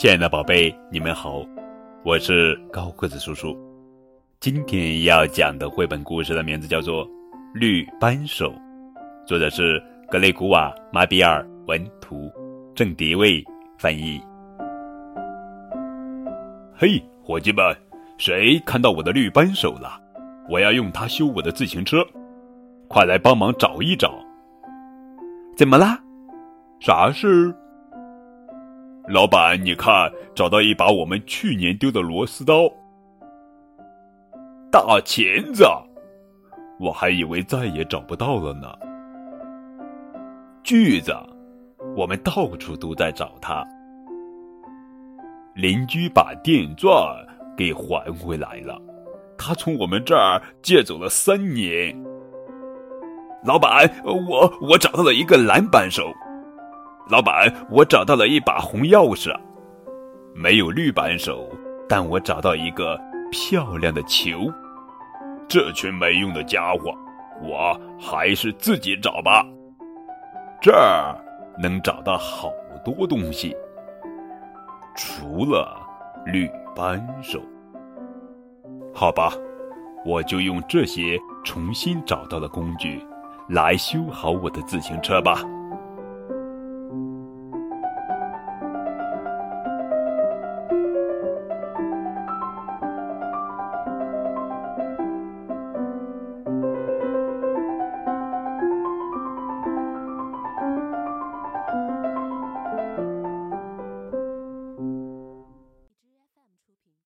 亲爱的宝贝，你们好，我是高个子叔叔。今天要讲的绘本故事的名字叫做《绿扳手》，作者是格雷古瓦·马比尔文图，郑迪卫翻译。嘿，伙计们，谁看到我的绿扳手了？我要用它修我的自行车，快来帮忙找一找。怎么啦？啥事？老板，你看，找到一把我们去年丢的螺丝刀。大钳子，我还以为再也找不到了呢。锯子，我们到处都在找它。邻居把电钻给还回来了，他从我们这儿借走了3年。老板，我找到了一个蓝扳手。老板，我找到了一把红钥匙。没有绿扳手，但我找到一个漂亮的球。这群没用的家伙，我还是自己找吧。这儿能找到好多东西，除了绿扳手。好吧，我就用这些重新找到的工具来修好我的自行车吧。